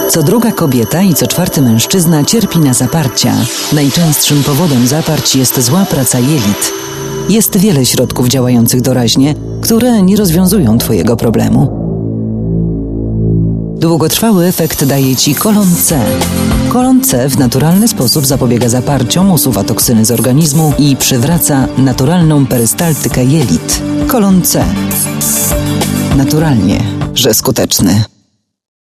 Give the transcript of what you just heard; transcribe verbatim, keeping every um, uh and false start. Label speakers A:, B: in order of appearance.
A: Co druga kobieta i co czwarty mężczyzna cierpi na zaparcia. Najczęstszym powodem zaparć jest zła praca jelit. Jest wiele środków działających doraźnie, które nie rozwiązują Twojego problemu. Długotrwały efekt daje Ci kolon C. Kolon C w naturalny sposób zapobiega zaparciom, usuwa toksyny z organizmu i przywraca naturalną perystaltykę jelit. Kolon C. Naturalnie, że skuteczny.